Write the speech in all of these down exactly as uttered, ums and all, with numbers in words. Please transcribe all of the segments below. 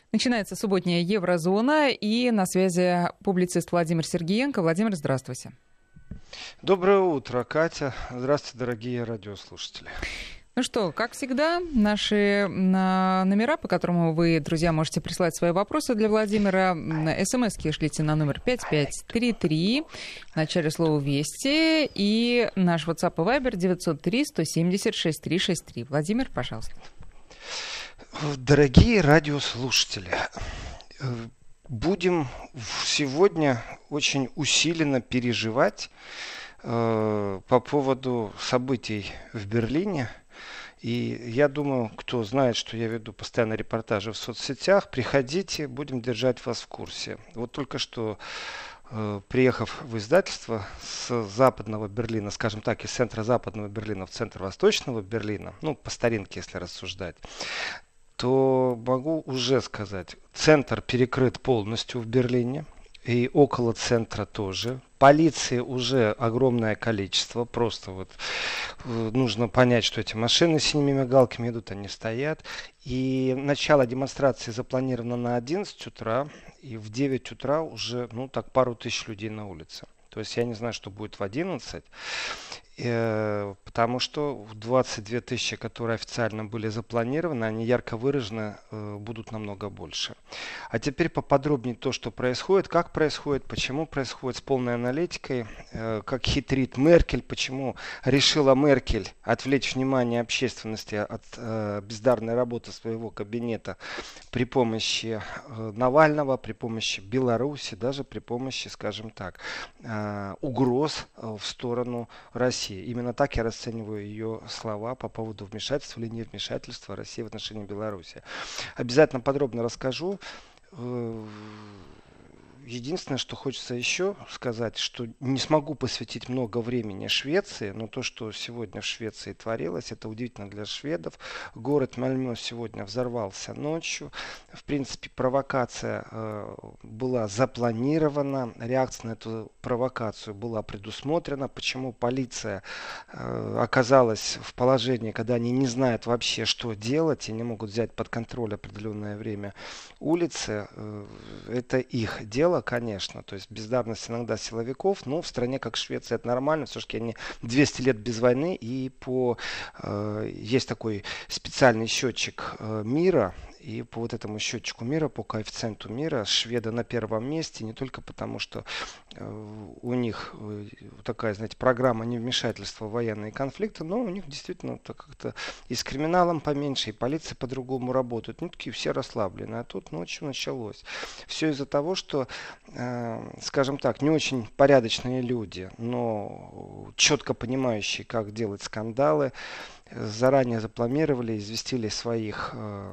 Начинается субботняя Еврозона, и на связи публицист Владимир Сергеенко. Владимир, здравствуйте. Доброе утро, Катя. Здравствуйте, дорогие радиослушатели. Ну что, как всегда, наши номера, по которым вы, друзья, можете прислать свои вопросы для Владимира. СМСки шлите на номер пять пять три три, в начале слова «Вести», и наш WhatsApp и Viber девятьсот три сто семьдесят шесть триста шестьдесят три. Владимир, пожалуйста. Дорогие радиослушатели, будем сегодня очень усиленно переживать э, по поводу событий в Берлине. И я думаю, кто знает, что я веду постоянно репортажи в соцсетях, приходите, будем держать вас в курсе. Вот только что, э, приехав в издательство с западного Берлина, скажем так, из центра западного Берлина в центр восточного Берлина, ну, по старинке, если рассуждать, то могу уже сказать, центр перекрыт полностью в Берлине, и около центра тоже. Полиции уже огромное количество, просто вот нужно понять, что эти машины с синими мигалками идут, они стоят. И начало демонстрации запланировано на одиннадцать утра, и в девять утра уже, ну, так, пару тысяч людей на улице. То есть я не знаю, что будет в одиннадцать. Потому что двадцать две тысячи, которые официально были запланированы, они ярко выражены, будут намного больше. А теперь поподробнее то, что происходит, как происходит, почему происходит, с полной аналитикой, как хитрит Меркель, почему решила Меркель отвлечь внимание общественности от бездарной работы своего кабинета при помощи Навального, при помощи Беларуси, даже при помощи, скажем так, угроз в сторону России. Именно так я расцениваю ее слова по поводу вмешательства или невмешательства России в отношении Беларуси. Обязательно подробно расскажу. Единственное, что хочется еще сказать, что не смогу посвятить много времени Швеции, но то, что сегодня в Швеции творилось, это удивительно для шведов. Город Мальмё сегодня взорвался ночью. В принципе, провокация э, была запланирована, реакция на эту провокацию была предусмотрена. Почему полиция э, оказалась в положении, когда они не знают вообще, что делать, и не могут взять под контроль определенное время улицы, э, это их дело. Конечно, то есть бездарность иногда силовиков, но в стране как Швеция это нормально, все-таки они двести лет без войны, и по э, есть такой специальный счетчик э, мира, и по вот этому счетчику мира, по коэффициенту мира, шведы на первом месте, не только потому, что э, у них э, такая, знаете, программа невмешательства в военные конфликты, но у них действительно как-то и с криминалом поменьше, и полиция по-другому работает. Ну, такие все расслаблены. А тут ночью началось. Все из-за того, что, э, скажем так, не очень порядочные люди, но четко понимающие, как делать скандалы, заранее запланировали, известили своих э,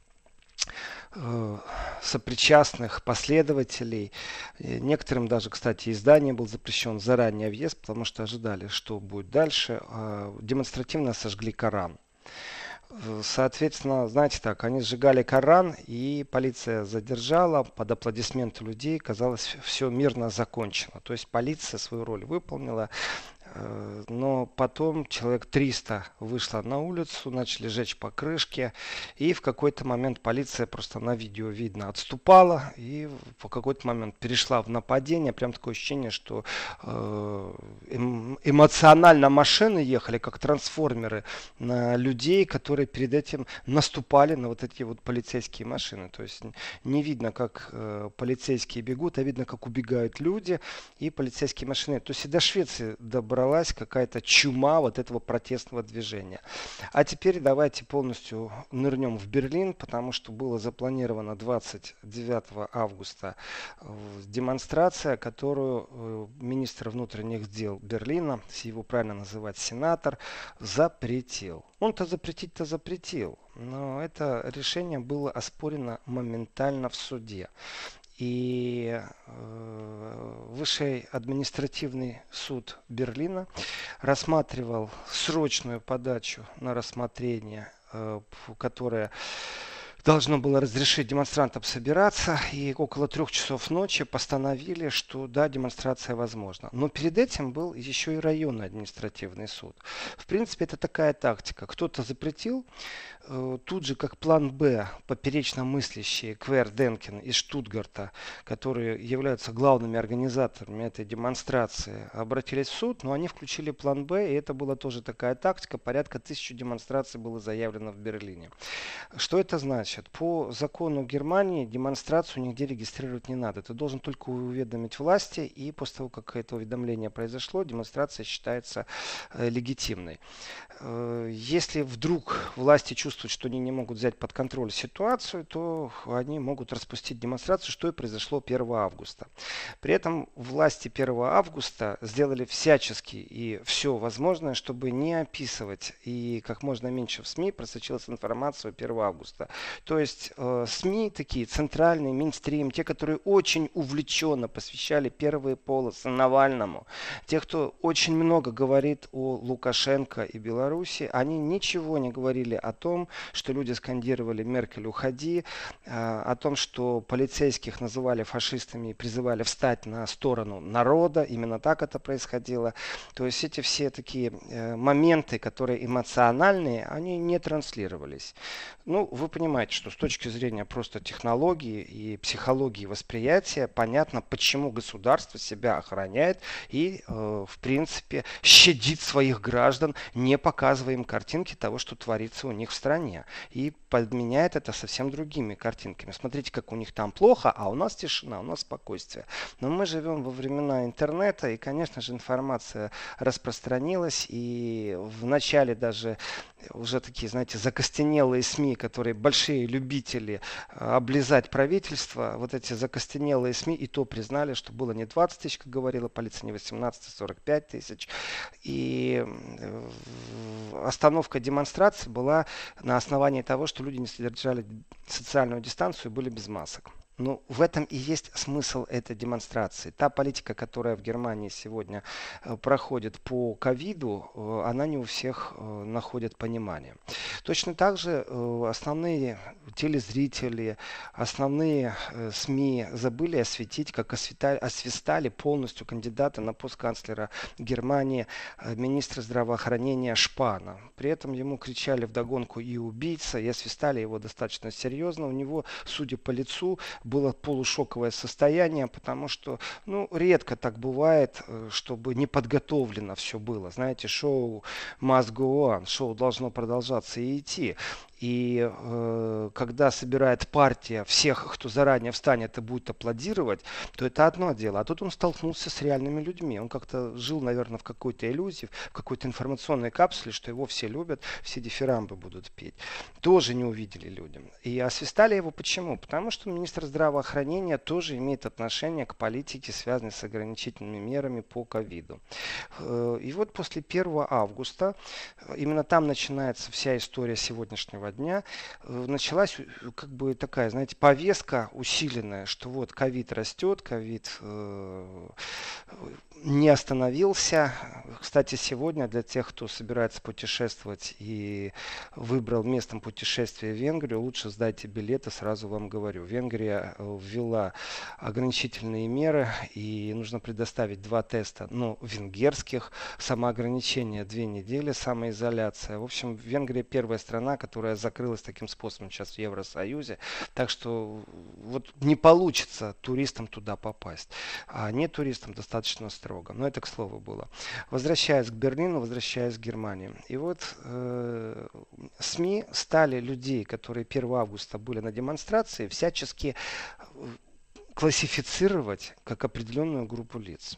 сопричастных последователей. Некоторым даже, кстати, из здания был запрещен заранее въезд, потому что ожидали, что будет дальше. Демонстративно сожгли Коран. Соответственно, знаете так, они сжигали Коран, и полиция задержала под аплодисменты людей. Казалось, все мирно закончено. То есть полиция свою роль выполнила. Но потом человек триста вышло на улицу, начали жечь покрышки, и в какой-то момент полиция просто на видео видно отступала, и в какой-то момент перешла в нападение. Прям такое ощущение, что эмоционально машины ехали, как трансформеры, на людей, которые перед этим наступали на вот эти вот полицейские машины. То есть не видно, как полицейские бегут, а видно, как убегают люди и полицейские машины. То есть и до Швеции добралась какая-то чума вот этого протестного движения. А теперь давайте полностью нырнем в Берлин, потому что было запланировано двадцать девятого августа демонстрация, которую министр внутренних дел Берлина, если его правильно называть сенатор, запретил. Он-то запретить-то запретил, но это решение было оспорено моментально в суде. И э, Высший административный суд Берлина рассматривал срочную подачу на рассмотрение, э, которая должно было разрешить демонстрантам собираться, и около трех часов ночи постановили, что да, демонстрация возможна. Но перед этим был еще и районный административный суд. В принципе, это такая тактика. Кто-то запретил, э, тут же как план Б поперечно мыслящие Квер Денкин из Штутгарта, которые являются главными организаторами этой демонстрации, обратились в суд, но они включили план Б, и это была тоже такая тактика. Порядка тысячи демонстраций было заявлено в Берлине. Что это значит? По закону Германии демонстрацию нигде регистрировать не надо. Ты должен только уведомить власти, и после того, как это уведомление произошло, демонстрация считается э, легитимной. Э, если вдруг власти чувствуют, что они не могут взять под контроль ситуацию, то они могут распустить демонстрацию, что и произошло первого августа. При этом власти первого августа сделали всячески и все возможное, чтобы не описывать и как можно меньше в СМИ просочилась информация первого августа. То есть э, СМИ такие центральные, мейнстрим, те, которые очень увлеченно посвящали первые полосы Навальному, те, кто очень много говорит о Лукашенко и Беларуси, они ничего не говорили о том, что люди скандировали «Меркель, уходи», э, о том, что полицейских называли фашистами и призывали встать на сторону народа. Именно так это происходило. То есть эти все такие э, моменты, которые эмоциональные, они не транслировались. Ну, вы понимаете, что с точки зрения просто технологии и психологии восприятия понятно, почему государство себя охраняет и, э, в принципе, щадит своих граждан, не показывая им картинки того, что творится у них в стране. И подменяет это совсем другими картинками. Смотрите, как у них там плохо, а у нас тишина, у нас спокойствие. Но мы живем во времена интернета, и, конечно же, информация распространилась, и в начале даже уже такие, знаете, закостенелые СМИ, которые большие любители облизать правительство, вот эти закостенелые СМИ и то признали, что было не двадцать тысяч, как говорила полиция, не восемнадцать, а сорок пять тысяч. И остановка демонстрации была на основании того, что люди не содержали социальную дистанцию и были без масок. Ну, в этом и есть смысл этой демонстрации. Та политика, которая в Германии сегодня э, проходит по ковиду, э, она не у всех э, находит понимание. Точно так же э, основные телезрители, основные э, СМИ забыли осветить, как освета- освистали полностью кандидата на пост канцлера Германии, э, министра здравоохранения Шпана. При этом ему кричали вдогонку и убийца, и освистали его достаточно серьезно. У него, судя по лицу, было полушоковое состояние, потому что, ну, редко так бывает, чтобы не подготовлено все было. Знаете, шоу must go on, шоу должно продолжаться и идти. И э, когда собирает партия всех, кто заранее встанет и будет аплодировать, то это одно дело. А тут он столкнулся с реальными людьми. Он как-то жил, наверное, в какой-то иллюзии, в какой-то информационной капсуле, что его все любят, все дифирамбы будут петь. Тоже не увидели люди. И освистали его почему? Потому что министр здравоохранения тоже имеет отношение к политике, связанной с ограничительными мерами по ковиду. И вот после первого августа, именно там начинается вся история сегодняшнего дня, началась как бы такая, знаете, повестка усиленная, что вот ковид растет, ковид э, не остановился. Кстати, сегодня для тех, кто собирается путешествовать и выбрал местом путешествия в Венгрию, лучше сдайте билеты, сразу вам говорю. Венгрия ввела ограничительные меры, и нужно предоставить два теста, ну, венгерских, самоограничение две недели, самоизоляция. В общем, Венгрия первая страна, которая закрылась таким способом сейчас в Евросоюзе, так что вот не получится туристам туда попасть, а не туристам достаточно строго. Но это к слову было. Возвращаясь к Берлину, возвращаясь к Германии. И вот э, СМИ стали людей, которые первого августа были на демонстрации, всячески классифицировать как определенную группу лиц.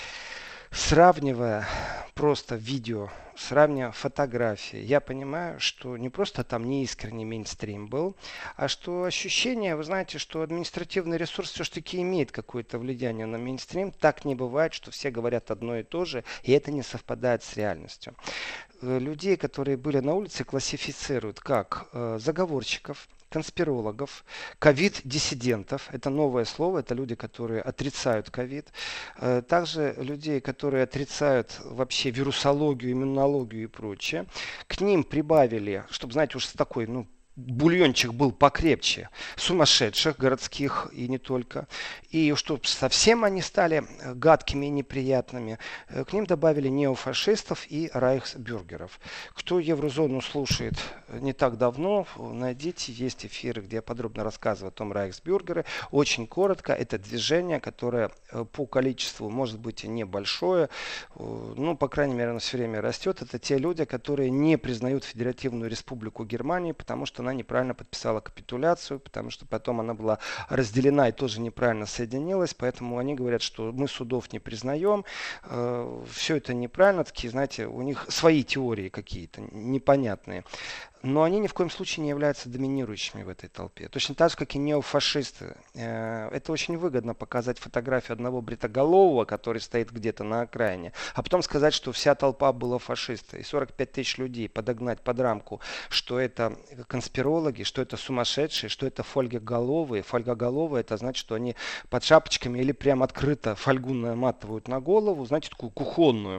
Сравнивая просто видео, сравнивая фотографии, я понимаю, что не просто там неискренний мейнстрим был, а что ощущение, вы знаете, что административный ресурс все-таки имеет какое-то влияние на мейнстрим. Так не бывает, что все говорят одно и то же, и это не совпадает с реальностью. Людей, которые были на улице, классифицируют как э, заговорщиков, конспирологов, ковид-диссидентов. Это новое слово, это люди, которые отрицают ковид. Также людей, которые отрицают вообще вирусологию, иммунологию и прочее. К ним прибавили, чтобы, знаете, уж с такой, ну, бульончик был покрепче сумасшедших городских и не только. И чтобы совсем они стали гадкими и неприятными, к ним добавили неофашистов и райхсбюргеров. Кто Еврозону слушает не так давно, найдите, есть эфиры, где я подробно рассказываю о том райхсбюргере. Очень коротко, это движение, которое по количеству может быть и небольшое, ну, по крайней мере, оно все время растет. Это те люди, которые не признают Федеративную Республику Германии, потому что она неправильно подписала капитуляцию, потому что потом она была разделена и тоже неправильно соединилась, поэтому они говорят, что мы судов не признаем, э, все это неправильно, такие, знаете, у них свои теории какие-то непонятные. Но они ни в коем случае не являются доминирующими в этой толпе. Точно так же, как и неофашисты. Это очень выгодно показать фотографию одного бритоголового, который стоит где-то на окраине, а потом сказать, что вся толпа была фашистой. И сорок пять тысяч людей подогнать под рамку, что это конспирологи, что это сумасшедшие, что это фольгоголовые. Фольгоголовые — это значит, что они под шапочками или прям открыто фольгу наматывают на голову, знаете, такую кухонную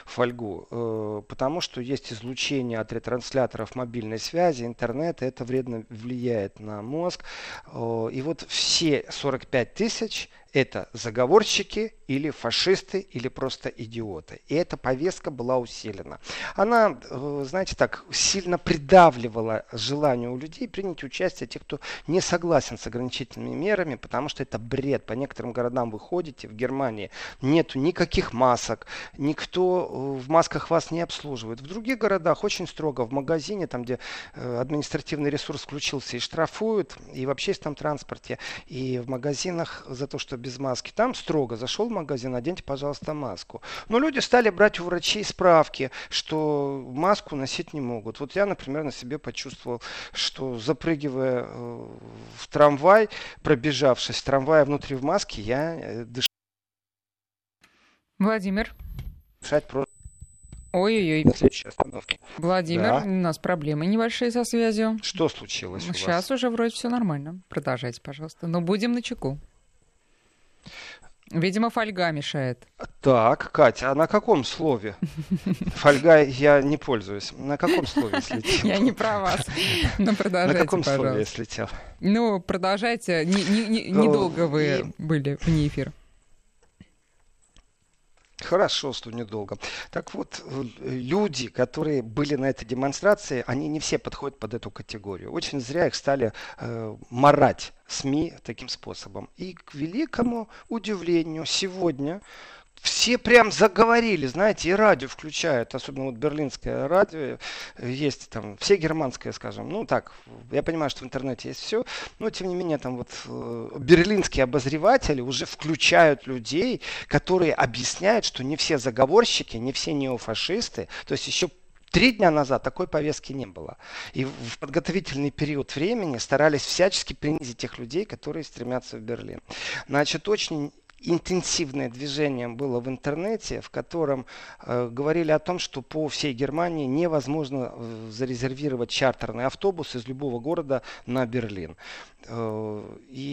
фольгу. Потому что есть излучение от ретрансляторов мобильной связи, интернета, это вредно влияет на мозг. И вот все сорок пять тысяч это заговорщики или фашисты, или просто идиоты. И эта повестка была усилена. Она, знаете, так сильно придавливала желание у людей принять участие тех, кто не согласен с ограничительными мерами, потому что это бред. По некоторым городам вы ходите, в Германии нету никаких масок, никто в масках вас не обслуживает. В других городах очень строго. В магазине, там, где административный ресурс включился, и штрафуют, и в общественном транспорте, и в магазинах за то, что без маски. Там строго. Зашел в магазин, оденьте, пожалуйста, маску. Но люди стали брать у врачей справки, что маску носить не могут. Вот я, например, на себе почувствовал, что запрыгивая в трамвай, пробежавшись в трамвае внутри в маске, я дышал. Владимир. Дышать просто. Ой-ой-ой. На следующей остановке. Владимир, да. У нас проблемы небольшие со связью. Что случилось у вас? Сейчас уже вроде все нормально. Продолжайте, пожалуйста. Но будем начеку. Видимо, фольга мешает. Так, Катя, а на каком слове? Фольга я не пользуюсь. На каком слове слетел? Я не про вас. Но продолжайте, на каком пожалуйста. слове я слетел? Ну, продолжайте. Недолго вы были вне эфира. Хорошо, что недолго. Так вот, люди, которые были на этой демонстрации, они не все подходят под эту категорию. Очень зря их стали э, марать СМИ таким способом. И к великому удивлению сегодня все прям заговорили, знаете, и радио включают, особенно вот берлинское радио, есть там, все германское, скажем, ну так, я понимаю, что в интернете есть все, но тем не менее там вот э, берлинские обозреватели уже включают людей, которые объясняют, что не все заговорщики, не все неофашисты, то есть еще Три дня назад такой повестки не было. И в подготовительный период времени старались всячески принизить тех людей, которые стремятся в Берлин. Значит, очень интенсивное движение было в интернете, в котором э, говорили о том, что по всей Германии невозможно э, зарезервировать чартерный автобус из любого города на Берлин. Э,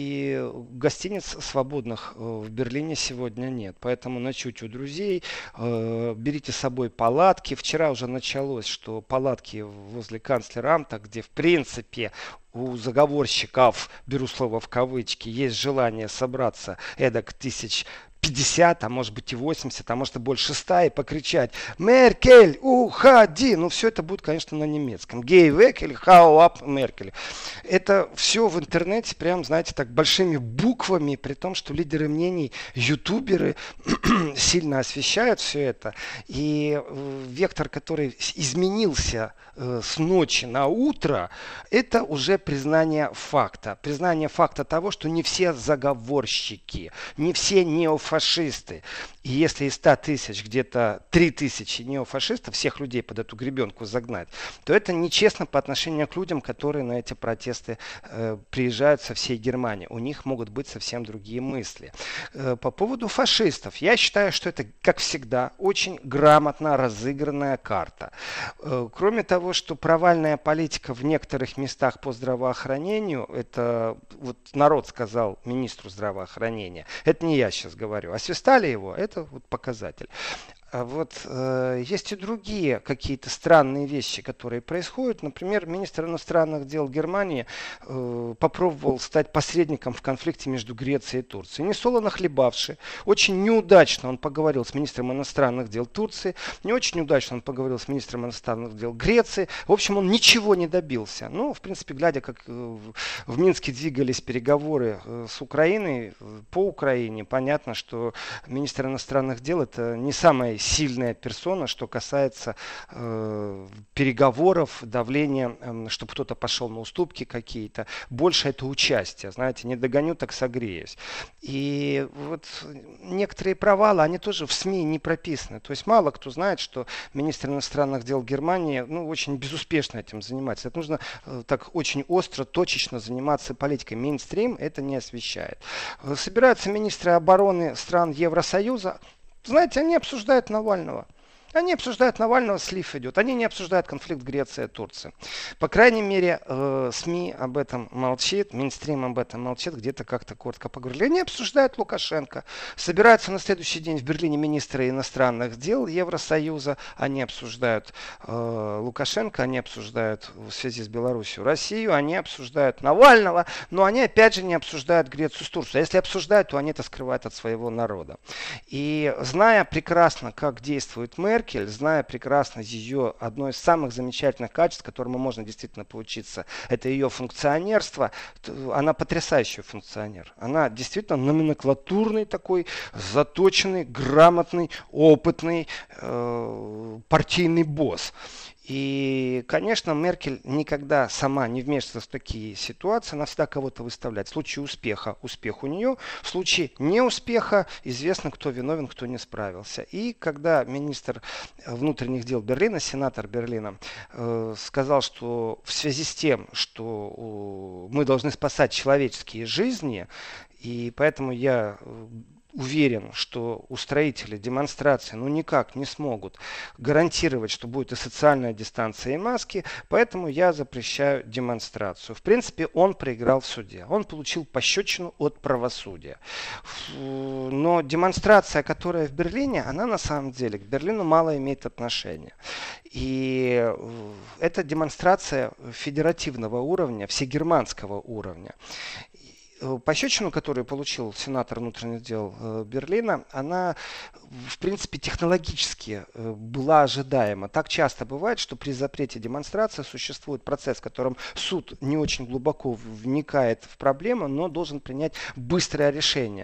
и гостиниц свободных э, в Берлине сегодня нет. Поэтому ночуйте у друзей, э, берите с собой палатки. Вчера уже началось, что палатки возле канцлерамта, где в принципе у заговорщиков, беру слово в кавычки, есть желание собраться эдак тысяч пятьдесят, а может быть и восемьдесят, а может и больше ста, и покричать «Меркель, уходи!» Ну, все это будет, конечно, на немецком. «Гей век» или «Хау ап Меркель». Это все в интернете, прям, знаете, так большими буквами, при том, что лидеры мнений, ютуберы сильно освещают все это. И э, вектор, который изменился э, с ночи на утро, это уже признание факта. Признание факта того, что не все заговорщики, не все неофашисты, фашисты. И если из ста тысяч где-то три тысячи неофашистов, всех людей под эту гребенку загнать, то это нечестно по отношению к людям, которые на эти протесты э, приезжают со всей Германии. У них могут быть совсем другие мысли. Э, по поводу фашистов. Я считаю, что это, как всегда, очень грамотно разыгранная карта. Э, кроме того, что провальная политика в некоторых местах по здравоохранению, это вот народ сказал министру здравоохранения, это не я сейчас говорю, освистали его, это вот показатель. А вот э, есть и другие какие-то странные вещи, которые происходят. Например, министр иностранных дел Германии э, попробовал стать посредником в конфликте между Грецией и Турцией. Несолоно хлебавший. Очень неудачно он поговорил с министром иностранных дел Турции. Не очень удачно он поговорил с министром иностранных дел Греции. В общем, он ничего не добился. Ну, в принципе, глядя, как э, в Минске двигались переговоры э, с Украиной, э, по Украине, понятно, что министр иностранных дел это не самая сильная персона, что касается э, переговоров, давления, э, чтобы кто-то пошел на уступки какие-то. Больше это участие, знаете, не догоню, так согреюсь. И вот некоторые провалы, они тоже в СМИ не прописаны. То есть мало кто знает, что министр иностранных дел Германии, ну, очень безуспешно этим занимается. Это нужно э, так очень остро, точечно заниматься политикой. Мейнстрим это не освещает. Собираются министры обороны стран Евросоюза. Знаете, они обсуждают Навального. Они обсуждают Навального, слив идет. Они не обсуждают конфликт Греция-Турция. По крайней мере, э, СМИ об этом молчит, Минстрим об этом молчит, где-то как-то коротко поговорили. Они обсуждают Лукашенко. Собираются на следующий день в Берлине министры иностранных дел Евросоюза. Они обсуждают э, Лукашенко, они обсуждают в связи с Беларусью Россию, они обсуждают Навального, но они опять же не обсуждают Грецию с Турцией. А если обсуждают, то они это скрывают от своего народа. И зная прекрасно, как действует мэр, Меркель, зная прекрасно ее одно из самых замечательных качеств, которому можно действительно поучиться, это ее функционерство. Она потрясающий функционер. Она действительно номенклатурный такой, заточенный, грамотный, опытный э, партийный босс. И, конечно, Меркель никогда сама не вмешивается в такие ситуации, она всегда кого-то выставляет. В случае успеха успех у нее, в случае неуспеха известно, кто виновен, кто не справился. И когда министр внутренних дел Берлина, сенатор Берлина, э, сказал, что в связи с тем, что э, мы должны спасать человеческие жизни, и поэтому я... уверен, что устроители демонстрации ну никак не смогут гарантировать, что будет и социальная дистанция, и маски, поэтому я запрещаю демонстрацию. В принципе, он проиграл в суде. Он получил пощечину от правосудия. Но демонстрация, которая в Берлине, она на самом деле к Берлину мало имеет отношения. И это демонстрация федеративного уровня, всегерманского уровня. Пощечину, которую получил сенатор внутренних дел Берлина, она, в принципе, технологически была ожидаема. Так часто бывает, что при запрете демонстрации существует процесс, в котором суд не очень глубоко вникает в проблему, но должен принять быстрое решение.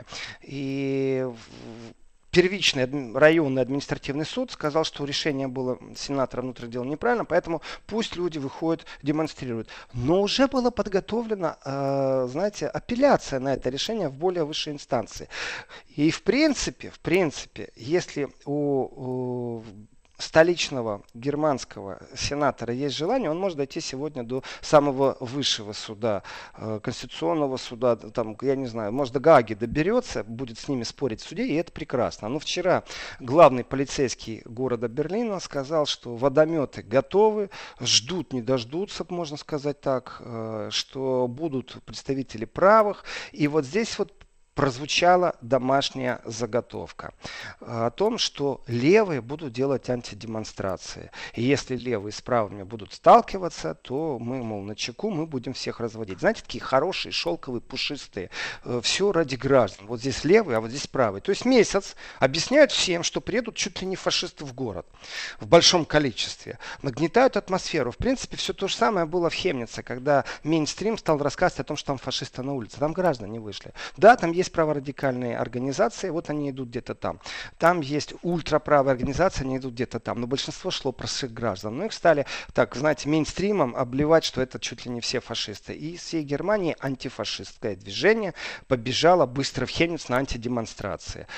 И первичный районный административный суд сказал, что решение было сенатора внутренних дел неправильно, поэтому пусть люди выходят, демонстрируют. Но уже была подготовлена, э, знаете, апелляция на это решение в более высшей инстанции. И в принципе, в принципе, если у, у столичного германского сенатора есть желание, он может дойти сегодня до самого высшего суда, э, конституционного суда, там, я не знаю, может до Гааги доберется, будет с ними спорить в суде, и это прекрасно. Но вчера главный полицейский города Берлина сказал, что водометы готовы, ждут, не дождутся, можно сказать так, э, что будут представители правых, и вот здесь вот прозвучала домашняя заготовка о том, что левые будут делать антидемонстрации. И если левые с правыми будут сталкиваться, то мы, мол, на чеку, мы будем всех разводить. Знаете, такие хорошие, шелковые, пушистые. Все ради граждан. Вот здесь левые, а вот здесь правые. То есть месяц объясняют всем, что приедут чуть ли не фашисты в город. В большом количестве. Нагнетают атмосферу. В принципе, все то же самое было в Хемнице, когда мейнстрим стал рассказывать о том, что там фашисты на улице. Там граждане вышли. Да, там есть праворадикальные организации, вот они идут где-то там. Там есть ультраправые организации, они идут где-то там. Но большинство шло простых граждан. Ну, их стали, так, знаете, мейнстримом обливать, что это чуть ли не все фашисты. И из всей Германии антифашистское движение побежало быстро в Хемниц на антидемонстрации.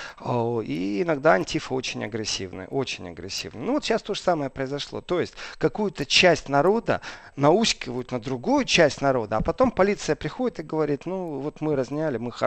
И иногда антифа очень агрессивная, очень агрессивная. Ну, вот сейчас то же самое произошло. То есть, какую-то часть народа наускивают на другую часть народа, а потом полиция приходит и говорит, ну, вот мы разняли, мы хорошие такие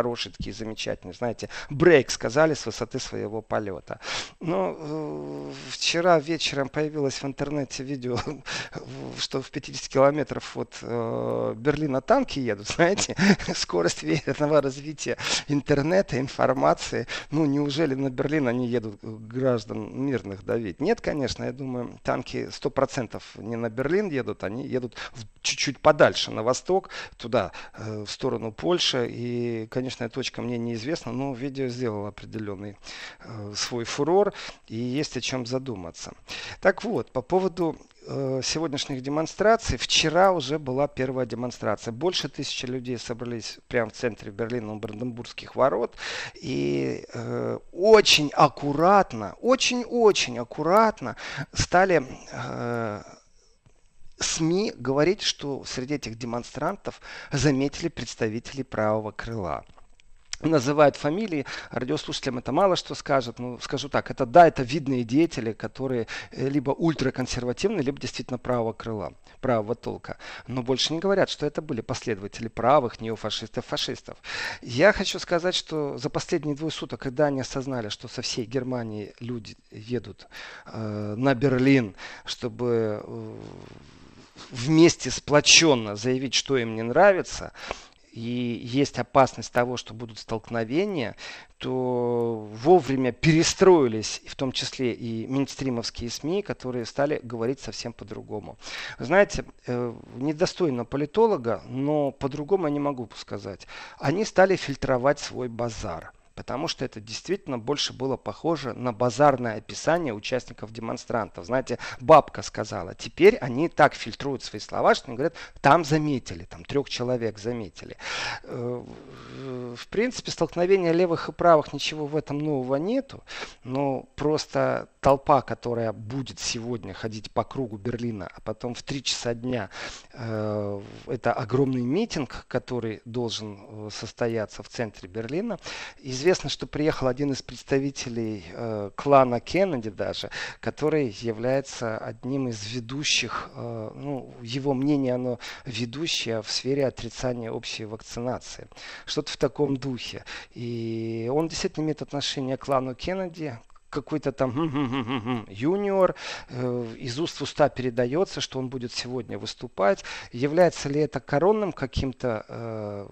такие замечательные, знаете, брейк сказали с высоты своего полета. Но э, вчера вечером появилось в интернете видео, что в пятьдесят километров от э, Берлина танки едут, знаете, скорость ветреного развития интернета, информации. Ну, неужели на Берлин они едут граждан мирных давить? Нет, конечно, я думаю, танки сто процентов не на Берлин едут, они едут в, чуть-чуть подальше, на восток, туда, э, в сторону Польши. И, конечно, точка мне неизвестна, но видео сделало определенный э, свой фурор, и есть о чем задуматься. Так вот, по поводу э, сегодняшних демонстраций. Вчера уже была первая демонстрация. Больше тысячи людей собрались прямо в центре Берлина у Бранденбургских ворот. И э, очень аккуратно, очень-очень аккуратно стали э, СМИ говорить, что среди этих демонстрантов заметили представителей правого крыла. Называют фамилии, радиослушателям это мало что скажет, но скажу так, это да, это видные деятели, которые либо ультраконсервативные, либо действительно правого крыла, правого толка. Но больше не говорят, что это были последователи правых, неофашистов, фашистов. Я хочу сказать, что за последние двое суток, когда они осознали, что со всей Германии люди едут э, на Берлин, чтобы э, вместе сплоченно заявить, что им не нравится, и есть опасность того, что будут столкновения, то вовремя перестроились, в том числе и мейнстримовские СМИ, которые стали говорить совсем по-другому. Знаете, недостойно политолога, но по-другому я не могу сказать. Они стали фильтровать свой базар. Потому что это действительно больше было похоже на базарное описание участников демонстрантов. Знаете, бабка сказала, теперь они так фильтруют свои слова, что они говорят, там заметили, там трех человек заметили. В принципе, столкновения левых и правых, ничего в этом нового нету, но просто толпа, которая будет сегодня ходить по кругу Берлина, а потом в три часа дня, это огромный митинг, который должен состояться в центре Берлина. Известно, что приехал один из представителей э, клана Кеннеди даже, который является одним из ведущих, э, ну, его мнение, оно ведущее в сфере отрицания общей вакцинации. Что-то в таком духе. И он действительно имеет отношение к клану Кеннеди, какой-то там юниор, э, из уст в уста передается, что он будет сегодня выступать. Является ли это коронным каким-то э,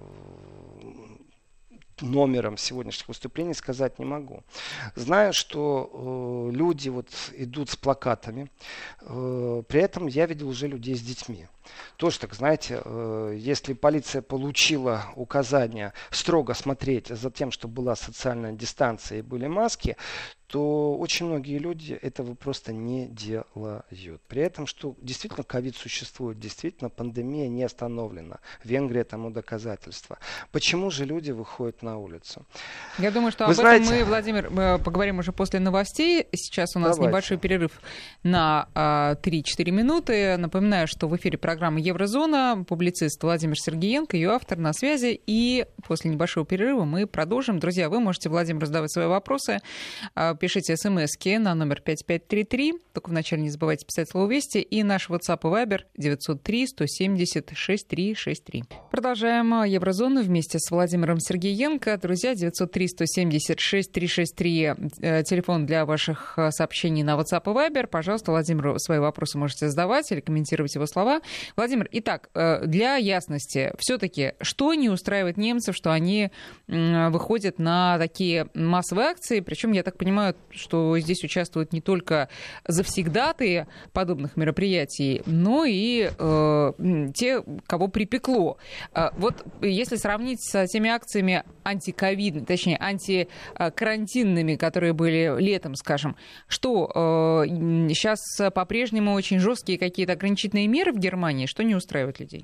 номером сегодняшних выступлений, сказать не могу. Знаю, что э, люди вот идут с плакатами. Э, при этом я видел уже людей с детьми. Тоже так, знаете, э, если полиция получила указание строго смотреть за тем, чтобы была социальная дистанция и были маски, то очень многие люди этого просто не делают. При этом, что действительно ковид существует, действительно пандемия не остановлена. Венгрия тому доказательство. Почему же люди выходят на улицу? Я думаю, что Вы об знаете... этом мы, Владимир, поговорим уже после новостей. Сейчас у нас Давайте. Небольшой перерыв на а, три-четыре минуты. Напоминаю, что в эфире программа «Еврозона», публицист Владимир Сергеенко, ее автор на связи. И после небольшого перерыва мы продолжим. Друзья, вы можете, Владимир, задавать свои вопросы. Пишите смски на номер пять пять три три. Только вначале не забывайте писать слово «Вести». И наш WhatsApp и Viber девятьсот три сто семьдесят шесть три шесть три. Продолжаем Еврозону вместе с Владимиром Сергеенко. Друзья, девятьсот три сто семьдесят шесть три шесть три. Телефон для ваших сообщений на WhatsApp и Viber. Пожалуйста, Владимиру свои вопросы можете задавать или комментировать его слова. Владимир, итак, для ясности, все-таки, что не устраивает немцев, что они выходят на такие массовые акции? Причем, я так понимаю, что здесь участвуют не только завсегдатые подобных мероприятий, но и э, те, кого припекло. Э, вот если сравнить с теми акциями антиковидными, точнее, антикарантинными, которые были летом, скажем, что э, сейчас по-прежнему очень жесткие какие-то ограничительные меры в Германии, что не устраивает людей?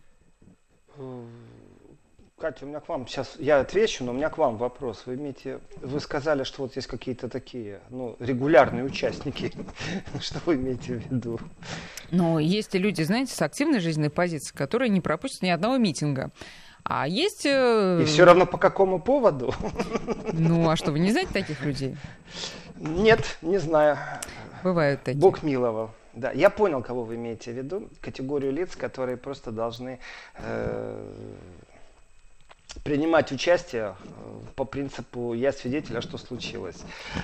Катя, у меня к вам сейчас, я отвечу, но у меня к вам вопрос. Вы имеете, вы сказали, что вот есть какие-то такие, ну, регулярные участники. Что вы имеете в виду? Ну, есть и люди, знаете, с активной жизненной позицией, которые не пропустят ни одного митинга. А есть... И все равно по какому поводу? Ну, а что, вы не знаете таких людей? Нет, не знаю. Бывают такие. Бог миловал. Да, я понял, кого вы имеете в виду. Категорию лиц, которые просто должны... Э- принимать участие по принципу «я свидетель, а что случилось?».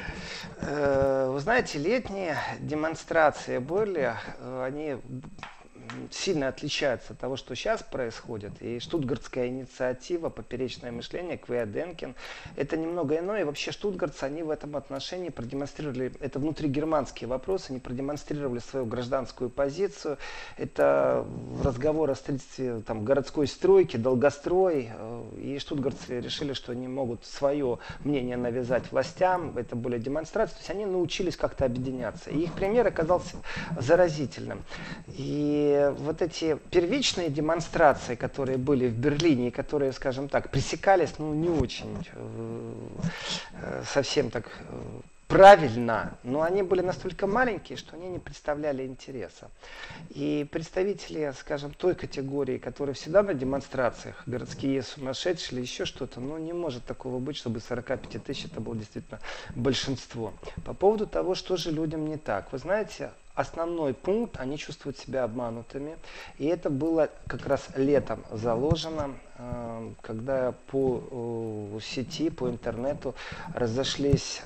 Вы знаете, летние демонстрации были, они сильно отличаются от того, что сейчас происходит. И штутгартская инициатива «Поперечное мышление», Квеа-Денкин, это немного иное. И вообще штутгартцы, они в этом отношении продемонстрировали, это внутригерманские вопросы, они продемонстрировали свою гражданскую позицию. Это разговор о строительстве там, городской стройки, долгострой. И штутгартцы решили, что они могут свое мнение навязать властям. Это были демонстрации. То есть они научились как-то объединяться. И их пример оказался заразительным. И вот эти первичные демонстрации, которые были в Берлине, и которые, скажем так, пресекались, ну, не очень э, совсем так э, правильно, но они были настолько маленькие, что они не представляли интереса. И представители, скажем, той категории, которые всегда на демонстрациях, городские сумасшедшие или еще что-то, ну, не может такого быть, чтобы сорок пять тысяч это было действительно большинство. По поводу того, что же людям не так. Вы знаете, основной пункт, они чувствуют себя обманутыми. И это было как раз летом заложено, когда по сети, по интернету разошлись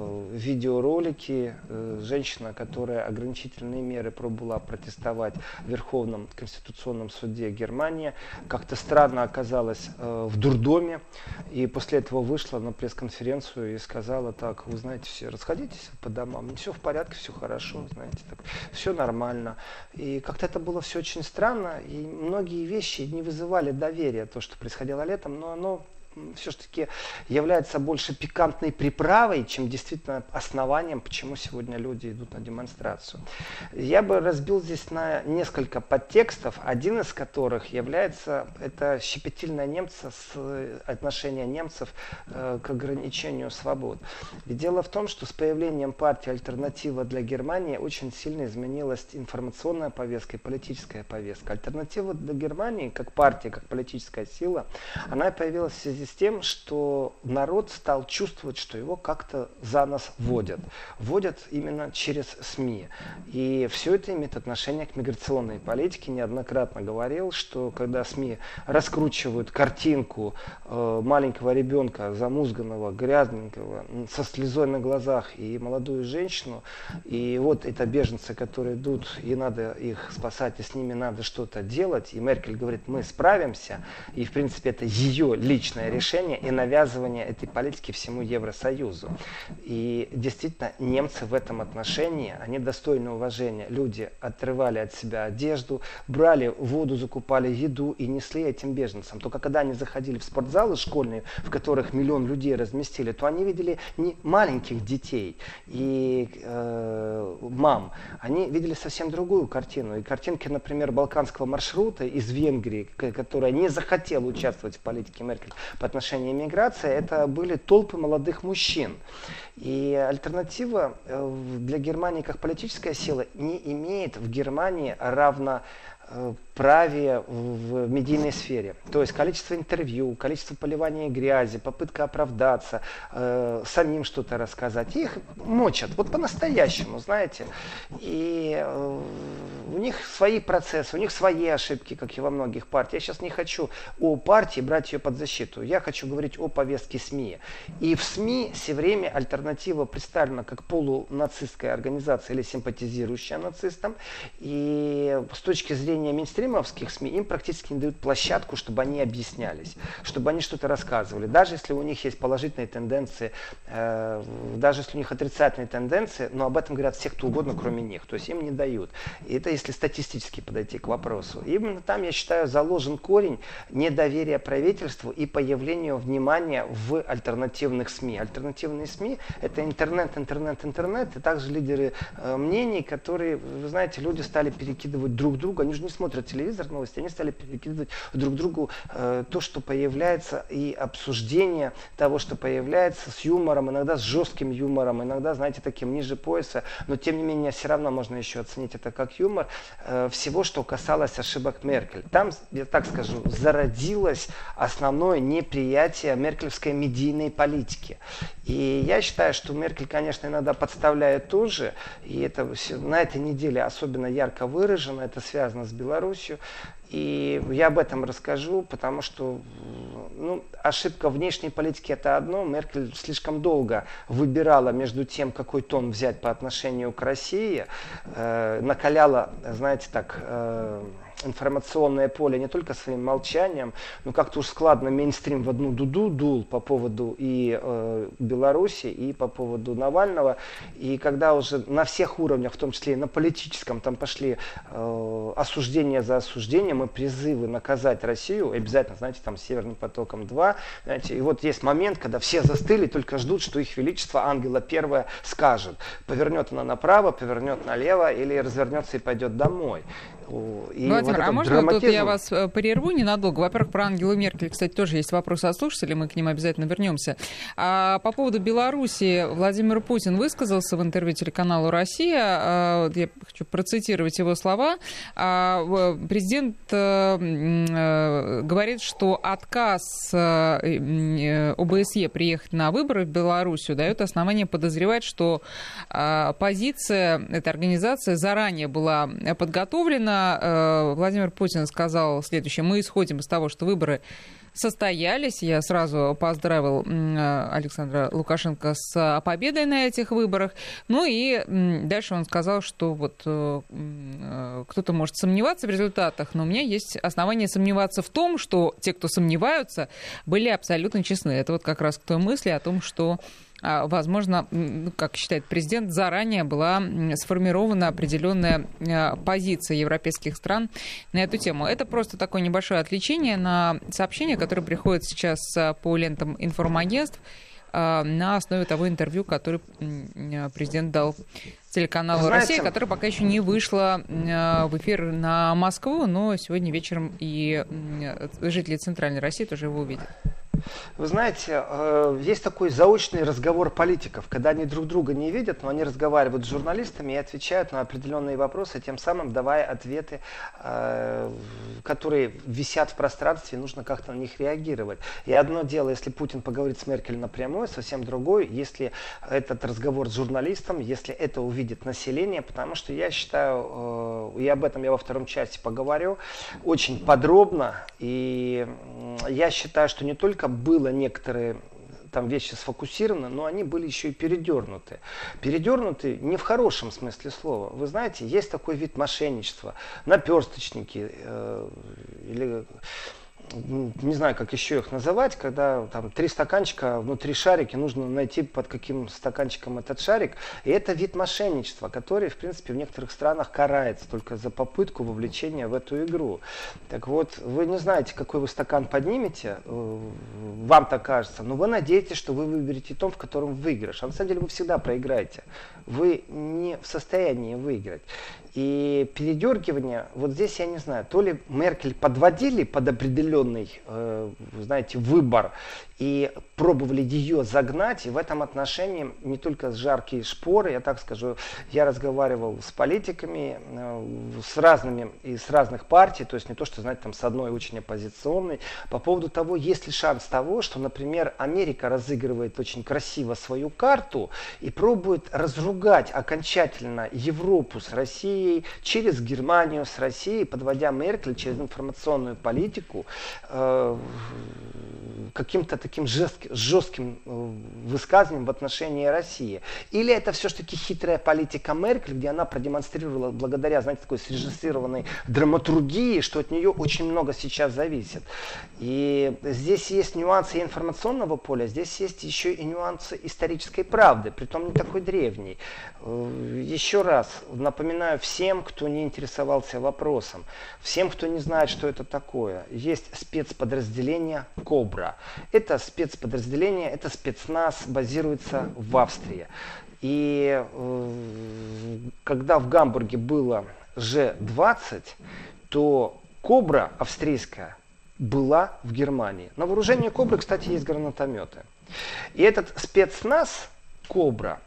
видеоролики. Женщина, которая ограничительные меры пробовала протестовать в Верховном конституционном суде Германии, как-то странно оказалась в дурдоме. И после этого вышла на пресс-конференцию и сказала так: вы знаете, все, расходитесь по домам, все в порядке, все хорошо, знаете, так, все нормально. И как-то это было все очень странно, и многие вещи не вызывали доверия, то, что происходило летом, но оно все-таки является больше пикантной приправой, чем действительно основанием, почему сегодня люди идут на демонстрацию. Я бы разбил здесь на несколько подтекстов, один из которых является это щепетильное немца с отношение немцев э, к ограничению свобод. Ведь дело в том, что с появлением партии «Альтернатива для Германии» очень сильно изменилась информационная повестка и политическая повестка. «Альтернатива для Германии» как партия, как политическая сила, она появилась в связи с тем, что народ стал чувствовать, что его как-то за нос водят. Водят именно через СМИ. И все это имеет отношение к миграционной политике. Неоднократно говорил, что когда СМИ раскручивают картинку э, маленького ребенка, замузганного, грязненького, со слезой на глазах, и молодую женщину, и вот это беженцы, которые идут, и надо их спасать, и с ними надо что-то делать, и Меркель говорит: мы справимся, и в принципе это ее личное решение и навязывание этой политики всему Евросоюзу. И действительно, немцы в этом отношении, они достойны уважения. Люди отрывали от себя одежду, брали воду, закупали еду и несли этим беженцам. Только когда они заходили в спортзалы школьные, в которых миллион людей разместили, то они видели не маленьких детей и э, мам, они видели совсем другую картину. И картинки, например, балканского маршрута из Венгрии, которая не захотела участвовать в политике Меркель по отношению к миграции, это были толпы молодых мужчин. И альтернатива для Германии как политическая сила не имеет в Германии равно праве в медийной сфере. То есть количество интервью, количество поливания грязи, попытка оправдаться, э, самим что-то рассказать. Их мочат, вот по-настоящему, знаете. И э, у них свои процессы, у них свои ошибки, как и во многих партиях. Я сейчас не хочу о партии брать ее под защиту. Я хочу говорить о повестке СМИ. И в СМИ все время альтернатива представлена как полунацистская организация или симпатизирующая нацистам. И с точки зрения мейнстрима, СМИ, им практически не дают площадку, чтобы они объяснялись, чтобы они что-то рассказывали. Даже если у них есть положительные тенденции, э, даже если у них отрицательные тенденции, но об этом говорят все, кто угодно, кроме них. То есть им не дают. И это если статистически подойти к вопросу. И именно там, я считаю, заложен корень недоверия правительству и появлению внимания в альтернативных СМИ. Альтернативные СМИ — это интернет, интернет, интернет, и также лидеры э, мнений, которые, вы знаете, люди стали перекидывать друг друга. Они же не смотрят телевизор, новости, они стали перекидывать друг другу э, то, что появляется, и обсуждение того, что появляется, с юмором, иногда с жестким юмором, иногда, знаете, таким ниже пояса, но тем не менее все равно можно еще оценить это как юмор, э, всего, что касалось ошибок Меркель. Там, я так скажу, зародилось основное неприятие меркельской медийной политики. И я считаю, что Меркель, конечно, иногда подставляет тоже, и это на этой неделе особенно ярко выражено, это связано с Беларусью. И я об этом расскажу, потому что ну, ошибка внешней политики это одно. Меркель слишком долго выбирала между тем, какой тон взять по отношению к России, э, накаляла, знаете, так... Э, информационное поле не только своим молчанием, но как-то уж складно мейнстрим в одну дуду дул по поводу и э, Беларуси, и по поводу Навального. И когда уже на всех уровнях, в том числе и на политическом, там пошли э, осуждения за осуждением и призывы наказать Россию, обязательно, знаете, там Северным потоком два, знаете, и вот есть момент, когда все застыли, только ждут, что их величество Ангела Первая скажет. Повернет она направо, повернет налево или развернется и пойдет домой. И Владимир, вот а можно драматизм... тут я вас прерву ненадолго? Во-первых, про Ангелу Меркель, кстати, тоже есть вопросы от слушателей, мы к ним обязательно вернемся. А по поводу Беларуси Владимир Путин высказался в интервью телеканалу «Россия». Я хочу процитировать его слова. Президент говорит, что отказ ОБСЕ приехать на выборы в Белоруссию дает основание подозревать, что позиция этой организации заранее была подготовлена. Владимир Путин сказал следующее: мы исходим из того, что выборы состоялись. Я сразу поздравил Александра Лукашенко с победой на этих выборах. Ну и дальше он сказал, что вот кто-то может сомневаться в результатах, но у меня есть основания сомневаться в том, что те, кто сомневаются, были абсолютно честны. Это вот как раз к той мысли о том, что возможно, как считает президент, заранее была сформирована определенная позиция европейских стран на эту тему. Это просто такое небольшое отвлечение на сообщение, которое приходит сейчас по лентам информагентств на основе того интервью, которое президент дал телеканалу Знаете, «Россия», которое пока еще не вышло в эфир на Москву, но сегодня вечером и жители Центральной России тоже его увидят. Вы знаете, есть такой заочный разговор политиков, когда они друг друга не видят, но они разговаривают с журналистами и отвечают на определенные вопросы, тем самым давая ответы, которые висят в пространстве, и нужно как-то на них реагировать. И одно дело, если Путин поговорит с Меркель напрямую, совсем другое, если этот разговор с журналистом, если это увидит население, потому что я считаю, и об этом я во втором части поговорю, очень подробно, и я считаю, что не только было некоторые там вещи сфокусированы, но они были еще и передернуты. Передернуты не в хорошем смысле слова. Вы знаете, есть такой вид мошенничества, наперсточники э, или... не знаю, как еще их называть, когда там три стаканчика, внутри шарики, нужно найти, под каким стаканчиком этот шарик. И это вид мошенничества, который, в принципе, в некоторых странах карается только за попытку вовлечения в эту игру. Так вот, вы не знаете, какой вы стакан поднимете, вам так кажется, но вы надеетесь, что вы выберете том, в котором выигрыш. А на самом деле вы всегда проиграете. Вы не в состоянии выиграть. И передергивание, вот здесь я не знаю, то ли Меркель подводили под определенный, э, знаете, выбор и пробовали ее загнать, и в этом отношении не только жаркие шпоры, я так скажу, я разговаривал с политиками, э, с разными, из разных партий, то есть не то, что, знаете, там с одной очень оппозиционной, по поводу того, есть ли шанс того, что, например, Америка разыгрывает очень красиво свою карту и пробует разругать окончательно Европу с Россией, через Германию с Россией, подводя Меркель через информационную политику э, каким-то таким жестким, жестким высказыванием в отношении России. Или это все-таки хитрая политика Меркель, где она продемонстрировала благодаря, знаете, такой срежиссированной драматургии, что от нее очень много сейчас зависит. И здесь есть нюансы информационного поля, здесь есть еще и нюансы исторической правды, притом не такой древней. Еще раз напоминаю всем, кто не интересовался вопросом, всем, кто не знает, что это такое, есть спецподразделение «Кобра». Это спецподразделение, это спецназ, базируется в Австрии. И э, когда в Гамбурге было Ж двадцать, то «Кобра» австрийская была в Германии. На вооружении «Кобры», кстати, есть гранатометы. И этот спецназ «Кобра»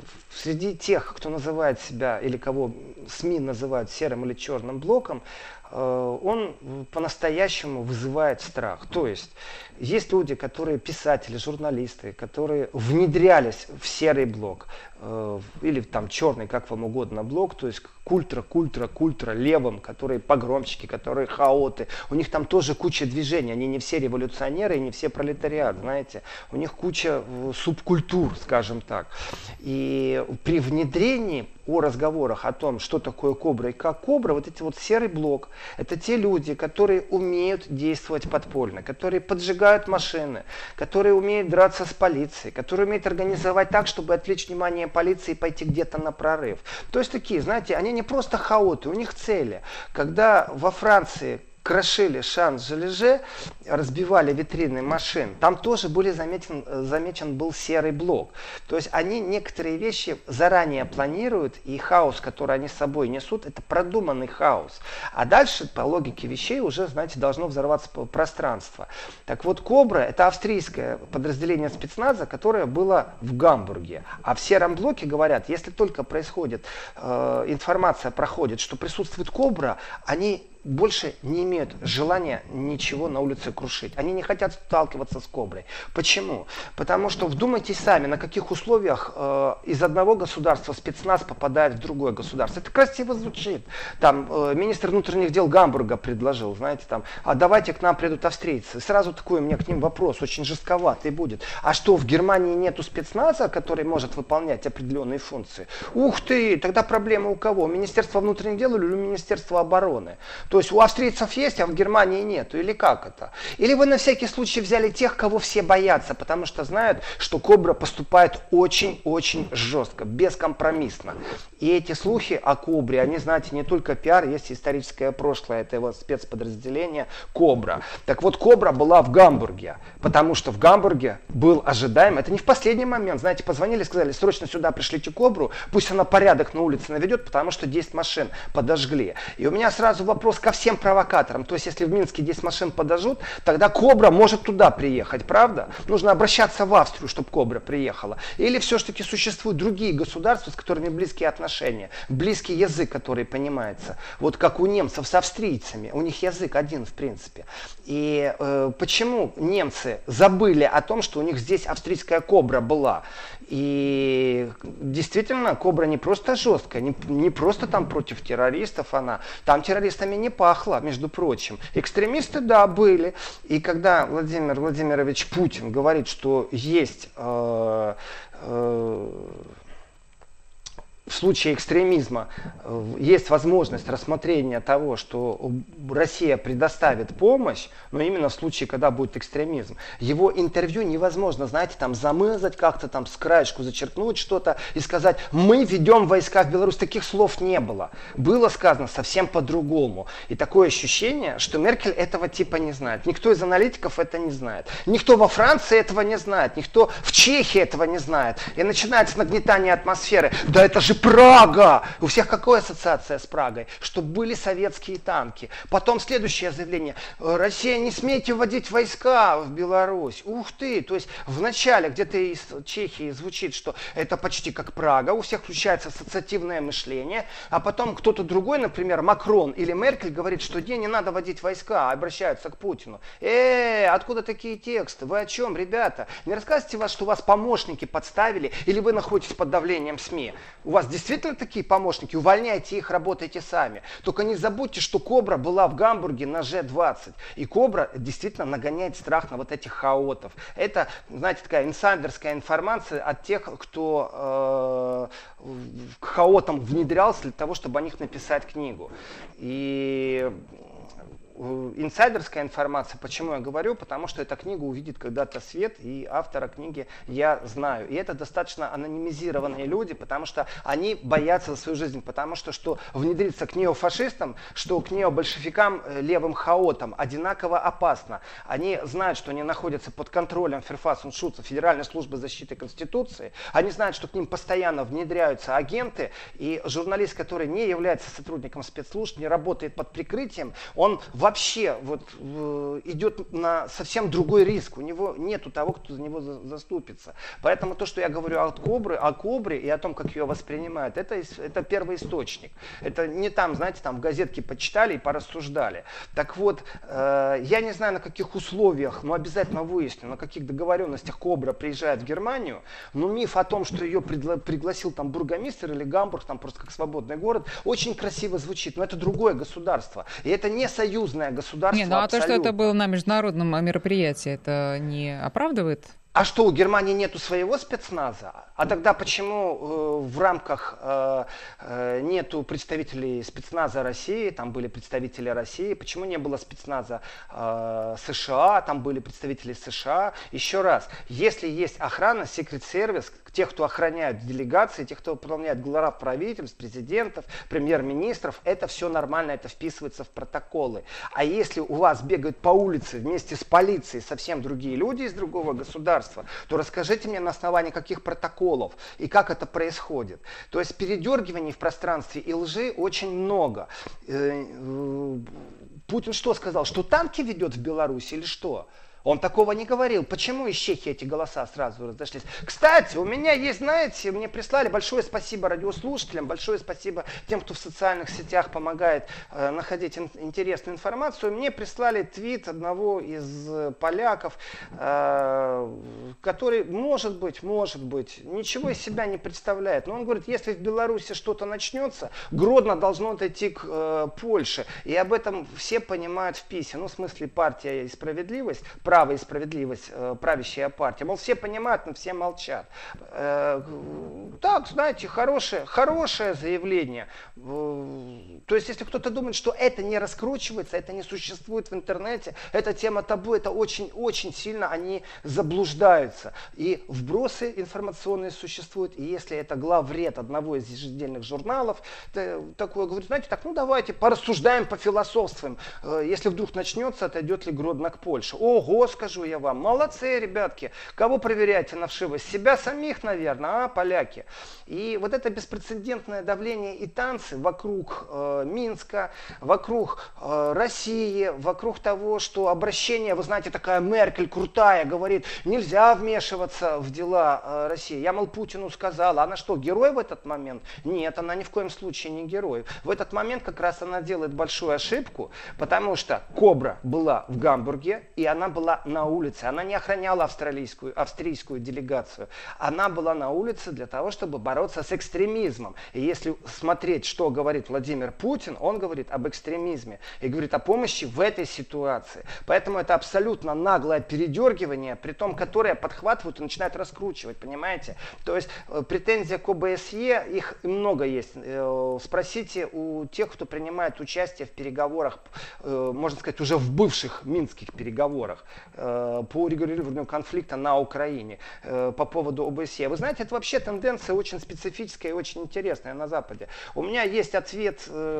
среди тех, кто называет себя, или кого СМИ называют серым или черным блоком, он по-настоящему вызывает страх. То есть есть люди, которые писатели, журналисты, которые внедрялись в серый блок, или там черный, как вам угодно, блок, то есть культра, культра, культра, левым, которые погромщики, которые хаоты. У них там тоже куча движений, они не все революционеры и не все пролетариат, знаете. У них куча субкультур, скажем так. И при внедрении о разговорах о том, что такое кобра и как кобра, вот эти вот серый блок, это те люди, которые умеют действовать подпольно, которые поджигают машины, которые умеют драться с полицией, которые умеют организовать так, чтобы отвлечь внимание полиции и пойти где-то на прорыв. То есть такие, знаете, они не просто хаоты, у них цели. Когда во Франции крошили Шан-Железе, разбивали витрины машин, там тоже были заметен, замечен был серый блок. То есть они некоторые вещи заранее планируют, и хаос, который они с собой несут, это продуманный хаос. А дальше, по логике вещей, уже, знаете, должно взорваться пространство. Так вот, Кобра — это австрийское подразделение спецназа, которое было в Гамбурге. А в сером блоке говорят, если только происходит, э, информация проходит, что присутствует Кобра, они больше не имеют желания ничего на улице крушить. Они не хотят сталкиваться с Коброй. Почему? Потому что вдумайтесь сами, на каких условиях э, из одного государства спецназ попадает в другое государство. Это красиво звучит. Там э, министр внутренних дел Гамбурга предложил, знаете, там, а давайте к нам придут австрийцы. Сразу такой у меня к ним вопрос, очень жестковатый будет. А что, в Германии нету спецназа, который может выполнять определенные функции? Ух ты, тогда проблема у кого? У Министерства внутренних дел или у Министерства обороны? То есть у австрийцев есть, а в Германии нету. Или как это? Или вы на всякий случай взяли тех, кого все боятся, потому что знают, что Кобра поступает очень-очень жестко, бескомпромиссно. И эти слухи о Кобре, они, знаете, не только пиар, есть историческое прошлое этого спецподразделения Кобра. Так вот, Кобра была в Гамбурге, потому что в Гамбурге был ожидаем, это не в последний момент, знаете, позвонили, сказали, срочно сюда пришлите Кобру, пусть она порядок на улице наведет, потому что десять машин подожгли. И у меня сразу вопрос ко всем провокаторам. То есть, если в Минске десять машин подожгут, тогда Кобра может туда приехать, правда? Нужно обращаться в Австрию, чтобы Кобра приехала. Или все-таки существуют другие государства, с которыми близкие отношения, близкий язык, который понимается. Вот как у немцев с австрийцами. У них язык один, в принципе. И э, почему немцы забыли о том, что у них здесь австрийская Кобра была? И действительно, Кобра не просто жесткая, не, не просто там против террористов она. Там террористами не пахло, между прочим. Экстремисты, да, были. И когда Владимир Владимирович Путин говорит, что есть э, э, в случае экстремизма есть возможность рассмотрения того, что Россия предоставит помощь, но именно в случае, когда будет экстремизм. Его интервью невозможно, знаете, там замазать как-то, там с краешку зачеркнуть что-то и сказать, мы ведем войска в Беларусь. Таких слов не было. Было сказано совсем по-другому. И такое ощущение, что Меркель этого типа не знает. Никто из аналитиков это не знает. Никто во Франции этого не знает. Никто в Чехии этого не знает. И начинается нагнетание атмосферы. Да это же Прага! У всех какая ассоциация с Прагой? Что были советские танки. Потом следующее заявление. Россия, не смейте вводить войска в Беларусь. Ух ты! То есть вначале где-то из Чехии звучит, что это почти как Прага. У всех включается ассоциативное мышление. А потом кто-то другой, например, Макрон или Меркель, говорит, что не, не надо вводить войска, а обращаются к Путину. Э, откуда такие тексты? Вы о чем, ребята? Не рассказывайте вас, что вас помощники подставили или вы находитесь под давлением СМИ. У вас действительно такие помощники, увольняйте их, работайте сами. Только не забудьте, что Кобра была в Гамбурге на Ж двадцать. И Кобра действительно нагоняет страх на вот этих хаотов. Это, знаете, такая инсайдерская информация от тех, кто э, к хаотам внедрялся для того, чтобы о них написать книгу. И инсайдерская информация, почему я говорю, потому что эта книга увидит когда-то свет, и автора книги я знаю. И это достаточно анонимизированные люди, потому что они боятся за свою жизнь, потому что, что внедриться к неофашистам, что к необольшевикам, левым хаотам одинаково опасно. Они знают, что они находятся под контролем Ферфасуншутца, Федеральной службы защиты Конституции. Они знают, что к ним постоянно внедряются агенты, и журналист, который не является сотрудником спецслужб, не работает под прикрытием, он в вообще вот э, идет на совсем другой риск. У него нету того, кто за него за, заступится. Поэтому то, что я говорю о Кобре, о Кобре и о том, как ее воспринимают, это, это первый источник. Это не там, знаете, там в газетке почитали и порассуждали. Так вот, э, я не знаю, на каких условиях, но обязательно выясню, на каких договоренностях Кобра приезжает в Германию, но миф о том, что ее пригла- пригласил там бургомистр или Гамбург, там просто как свободный город, очень красиво звучит, но это другое государство. И это не союзное государство. Не, ну а абсолютно. то, что это было на международном мероприятии, это не оправдывает? А что, у Германии нету своего спецназа? А тогда почему э, в рамках э, э, нету представителей спецназа России, там были представители России, почему не было спецназа э, США, там были представители США? Еще раз, если есть охрана, секрет-сервис, тех, кто охраняет делегации, тех, кто выполняет глав правительств, президентов, премьер-министров, это все нормально, это вписывается в протоколы. А если у вас бегают по улице вместе с полицией совсем другие люди из другого государства, то расскажите мне, на основании каких протоколов и как это происходит. То есть передергиваний в пространстве и лжи очень много. Путин что сказал? Что танки ведет в Беларуси или что? Он такого не говорил. Почему из Чехии эти голоса сразу разошлись? Кстати, у меня есть, знаете, мне прислали, большое спасибо радиослушателям, большое спасибо тем, кто в социальных сетях помогает э, находить ин- интересную информацию. Мне прислали твит одного из э, поляков, э, который, может быть, может быть, ничего из себя не представляет. Но он говорит, если в Беларуси что-то начнется, Гродно должно отойти к э, Польше. И об этом все понимают в ПИСе. Ну, в смысле, партия и справедливость, право и справедливость, э, правящая партия. Мол, все понимают, но все молчат. Э, так, знаете, хорошее, хорошее заявление. Э, то есть, если кто-то думает, что это не раскручивается, это не существует в интернете, эта тема табу, это очень-очень сильно они заблуждаются. И вбросы информационные существуют. И если это главред одного из еженедельных журналов, такое говорит, знаете, так, ну давайте порассуждаем, пофилософствуем. Э, если вдруг начнется, отойдет ли Гродно к Польше. Ого, скажу я вам, молодцы, ребятки. Кого проверяете на вшивость? Себя самих, наверное, а, поляки. И вот это беспрецедентное давление и танцы вокруг э, Минска, вокруг э, России, вокруг того, что обращение, вы знаете, такая Меркель крутая, говорит, нельзя вмешиваться в дела э, России. Я, мол, Путину сказала, она что, герой в этот момент? Нет, она ни в коем случае не герой. В этот момент как раз она делает большую ошибку, потому что Кобра была в Гамбурге, и она была на улице. Она не охраняла австралийскую, австрийскую делегацию. Она была на улице для того, чтобы бороться с экстремизмом. И если смотреть, что говорит Владимир Путин, он говорит об экстремизме и говорит о помощи в этой ситуации. Поэтому это абсолютно наглое передергивание, при том, которое подхватывают и начинают раскручивать, понимаете? То есть претензия к ОБСЕ, их много есть. Спросите у тех, кто принимает участие в переговорах, можно сказать, уже в бывших минских переговорах по урегулированию конфликта на Украине по поводу ОБСЕ. Вы знаете, это вообще тенденция очень специфическая и очень интересная на Западе. У меня есть ответ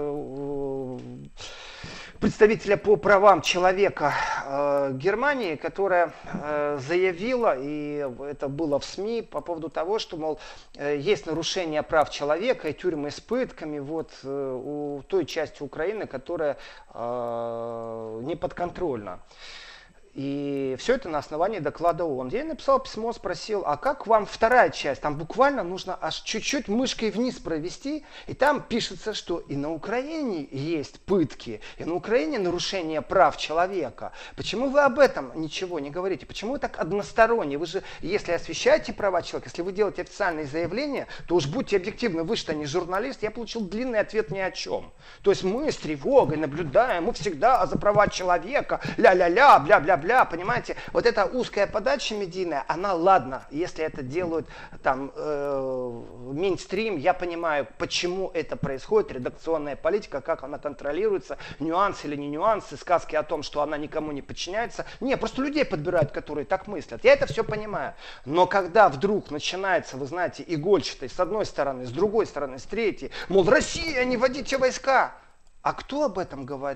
представителя по правам человека Германии, которая заявила, и это было в СМИ, по поводу того, что, мол, есть нарушение прав человека и тюрьмы с пытками вот, у той части Украины, которая не подконтрольна. И все это на основании доклада ООН. Я ей написал письмо, спросил, а как вам вторая часть? Там буквально нужно аж чуть-чуть мышкой вниз провести, и там пишется, что и на Украине есть пытки, и на Украине нарушение прав человека. Почему вы об этом ничего не говорите? Почему вы так односторонне? Вы же, если освещаете права человека, если вы делаете официальные заявления, то уж будьте объективны, вы что, не журналист? Я получил длинный ответ ни о чем. То есть мы с тревогой наблюдаем, мы всегда за права человека, ля-ля-ля, бля-бля-бля. Бля, понимаете, вот эта узкая подача медийная, она, ладно, если это делают там э, мейнстрим, я понимаю, почему это происходит, редакционная политика, как она контролируется, нюансы или не нюансы, сказки о том, что она никому не подчиняется. Не, просто людей подбирают, которые так мыслят. Я это все понимаю. Но когда вдруг начинается, вы знаете, игольчатой с одной стороны, с другой стороны, с третьей, мол, Россия, не вводите войска. А кто об этом говорил?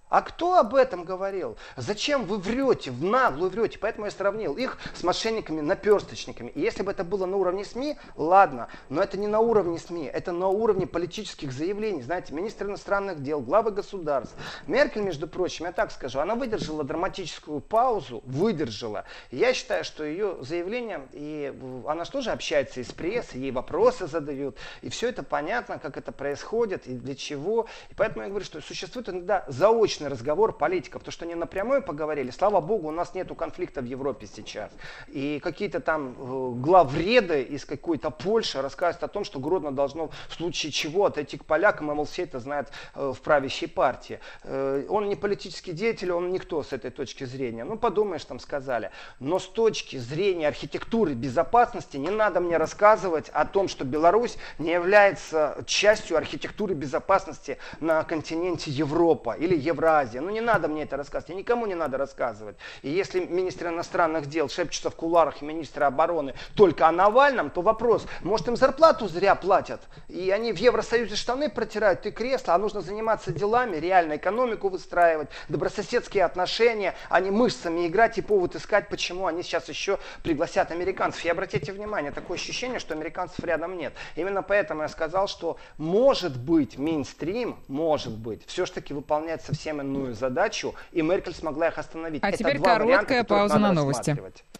А кто об этом говорил? Зачем вы врете, в наглую врете? Поэтому я сравнил их с мошенниками-наперсточниками. И если бы это было на уровне СМИ, ладно, но это не на уровне СМИ, это на уровне политических заявлений. Знаете, министр иностранных дел, главы государств. Меркель, между прочим, я так скажу, она выдержала драматическую паузу, выдержала. Я считаю, что ее заявление, и она же тоже общается и с прессой, ей вопросы задают, и все это понятно, как это происходит, и для чего. И поэтому я говорю, что существует иногда заочный разговор политиков, то, что они напрямую поговорили. Слава богу, у нас нету конфликта в Европе сейчас. И какие-то там э, главреды из какой-то Польши рассказывают о том, что Гродно должно в случае чего отойти к полякам, и, мол, все это знают э, в правящей партии. Э, он не политический деятель, он никто с этой точки зрения. Ну, подумаешь, там сказали. Но с точки зрения архитектуры безопасности не надо мне рассказывать о том, что Беларусь не является частью архитектуры безопасности на континенте Европа или Евразия. Ну не надо мне это рассказывать, и никому не надо рассказывать. И если министр иностранных дел шепчется в кулуарах и министр обороны только о Навальном, то вопрос, может им зарплату зря платят, и они в Евросоюзе штаны протирают и кресла, а нужно заниматься делами, реально экономику выстраивать, добрососедские отношения, а не мышцами играть и повод искать, почему они сейчас еще пригласят американцев. И обратите внимание, такое ощущение, что американцев рядом нет. Именно поэтому я сказал, что может быть мейнстрим, может быть, все-таки выполняет совсем иную задачу, и Меркель смогла их остановить. А Это теперь два короткая варианта, пауза на надо новости.